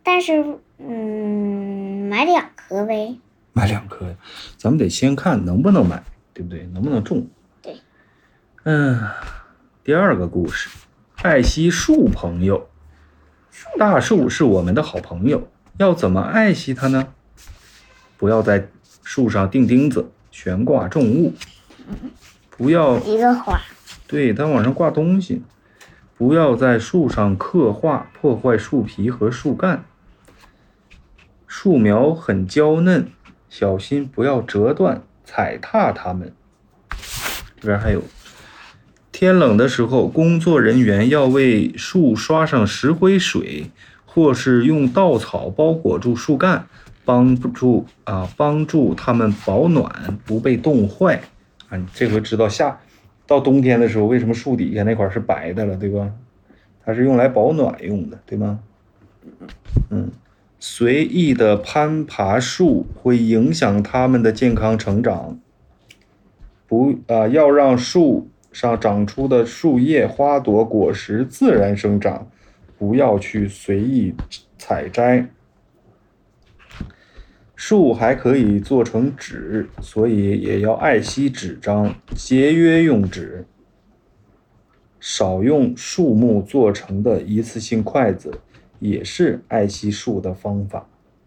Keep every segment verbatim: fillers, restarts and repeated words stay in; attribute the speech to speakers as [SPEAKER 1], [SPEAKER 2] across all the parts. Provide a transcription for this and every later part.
[SPEAKER 1] 但是嗯，买两颗呗。
[SPEAKER 2] 买两颗，咱们得先看能不能买，对不对？能不能种？
[SPEAKER 1] 对。
[SPEAKER 2] 嗯，第二个故事，爱惜树朋友。大树是我们的好朋友，要怎么爱惜它呢？不要在树上钉钉子，悬挂重物。不要
[SPEAKER 1] 一个花。
[SPEAKER 2] 对，它往上挂东西。不要在树上刻画，破坏树皮和树干。树苗很娇嫩，小心不要折断，踩踏它们。这边还有，天冷的时候，工作人员要为树刷上石灰水，或是用稻草包裹住树干，帮助啊帮助它们保暖，不被冻坏。啊，你这回知道下到冬天的时候，为什么树底下那块是白的了，对吧？它是用来保暖用的，对吗？嗯，随意的攀爬树会影响它们的健康成长。不啊、呃，要让树上长出的树叶、花朵、果实自然生长，不要去随意采摘。树还可以做成纸，所以也要爱惜纸张，节约用纸。少用树木做成的一次性筷子，也是爱惜树的方法。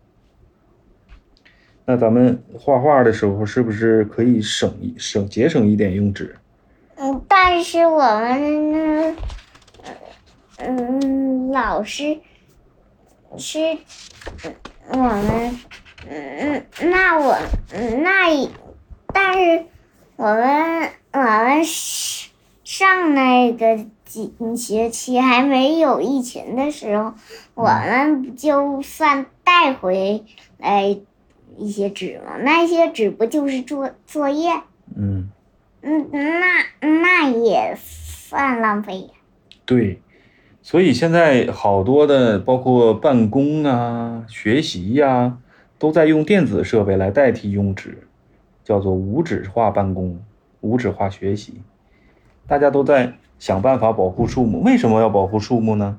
[SPEAKER 2] 那咱们画画的时候，是不是可以省省节省一点用纸？
[SPEAKER 1] 嗯，但是我们嗯老师是我们嗯那我那但是我们我们上那个几学期还没有疫情的时候，我们就算带回来一些纸嘛，那些纸不就是作作业？
[SPEAKER 2] 嗯
[SPEAKER 1] 嗯，那那也算浪费呀。
[SPEAKER 2] 对，所以现在好多的，包括办公啊、学习呀、啊，都在用电子设备来代替用纸，叫做无纸化办公、无纸化学习。大家都在想办法保护树木，为什么要保护树木呢？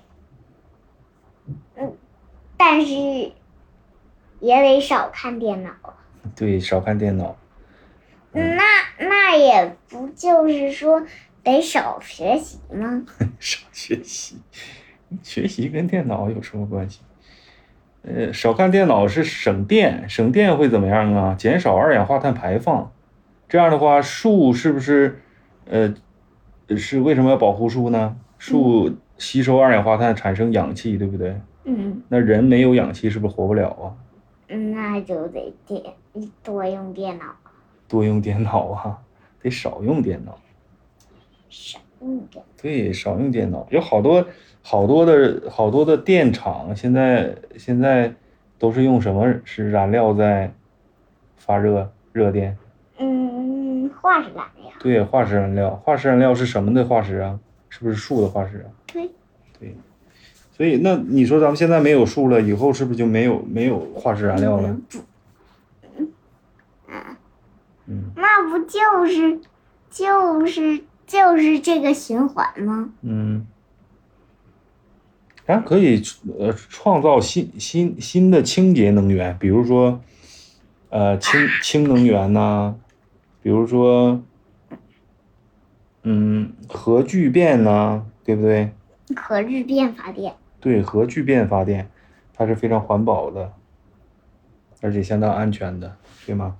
[SPEAKER 1] 嗯，但是也得少看电脑。
[SPEAKER 2] 对，少看电脑。
[SPEAKER 1] 嗯、那那也不就是说得少学习吗？
[SPEAKER 2] 少学习，学习跟电脑有什么关系？呃，少看电脑是省电，省电会怎么样啊？减少二氧化碳排放。这样的话，树是不是，呃，是为什么要保护树呢？树吸收二氧化碳，产生氧气，对不对？
[SPEAKER 1] 嗯。
[SPEAKER 2] 那人没有氧气，是不是活不了啊？
[SPEAKER 1] 嗯，那就得电多用电脑。
[SPEAKER 2] 多用电脑啊，得少用电脑。
[SPEAKER 1] 少用电脑。
[SPEAKER 2] 对，少用电脑。有好多好多的好多的电厂，现在现在都是用什么是燃料在发热热电？
[SPEAKER 1] 嗯，化石燃料。
[SPEAKER 2] 对，化石燃料。化石燃料是什么的化石啊？是不是树的化石啊？
[SPEAKER 1] 对。
[SPEAKER 2] 对。所以那你说咱们现在没有树了，以后是不是就没有没有化石燃料了？
[SPEAKER 1] 嗯。嗯。那不就是就是就是这个循环吗？
[SPEAKER 2] 嗯。咱可以呃创造新新新的清洁能源，比如说呃氢氢能源呐、啊，比如说嗯核聚变呐、啊，对不对？
[SPEAKER 1] 核聚变发电。
[SPEAKER 2] 对，核聚变发电，它是非常环保的，而且相当安全的，对吗？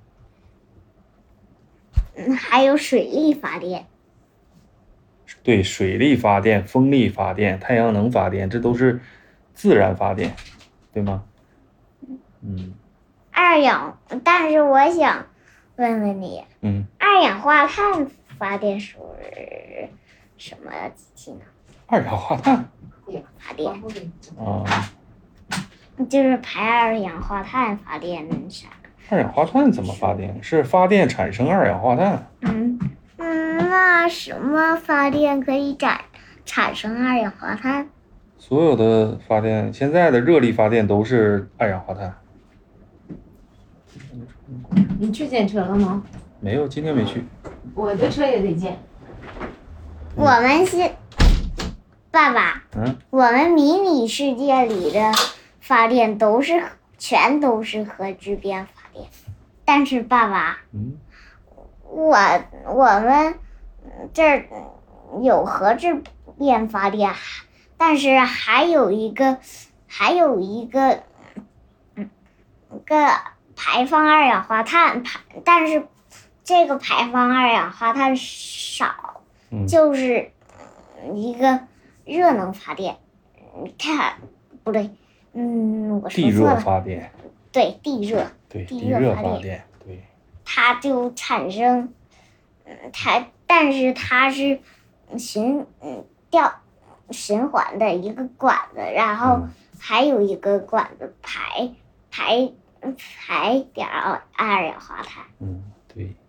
[SPEAKER 1] 嗯，还有水力发电。
[SPEAKER 2] 对，水力发电、风力发电、太阳能发电，这都是自然发电，对吗？嗯。
[SPEAKER 1] 二氧，但是我想问问你，
[SPEAKER 2] 嗯，
[SPEAKER 1] 二氧化碳发电属于什么机器呢？
[SPEAKER 2] 二氧化碳
[SPEAKER 1] 发电
[SPEAKER 2] 啊，
[SPEAKER 1] 就是排二氧化碳发电啥？
[SPEAKER 2] 二氧化碳怎么发电？是发电产生二氧化碳。
[SPEAKER 1] 嗯嗯，那什么发电可以产产生二氧化碳？
[SPEAKER 2] 所有的发电，现在的热力发电都是二氧化碳。
[SPEAKER 3] 你去检车了吗？
[SPEAKER 2] 没有，今天没去。
[SPEAKER 3] 我的车也得检。
[SPEAKER 1] 我们现，爸爸，
[SPEAKER 2] 嗯，
[SPEAKER 1] 我们迷你世界里的发电都是全都是核聚变发电。但是爸爸，
[SPEAKER 2] 嗯，
[SPEAKER 1] 我我们这儿有核聚变发电，但是还有一个还有一个嗯个排放二氧化碳排，但是这个排放二氧化碳少，
[SPEAKER 2] 嗯
[SPEAKER 1] 就是一个热能发电。它不对，嗯，我
[SPEAKER 2] 地热
[SPEAKER 1] 说错了，
[SPEAKER 2] 发电，
[SPEAKER 1] 对，地热，
[SPEAKER 2] 对，
[SPEAKER 1] 地
[SPEAKER 2] 地热
[SPEAKER 1] 热发电
[SPEAKER 2] 发电，对，
[SPEAKER 1] 它就产生，嗯，它但是它是循嗯掉循环的一个管子，然后
[SPEAKER 2] 嗯
[SPEAKER 1] 还有一个管子排排排点儿二氧化碳。
[SPEAKER 2] 嗯，对。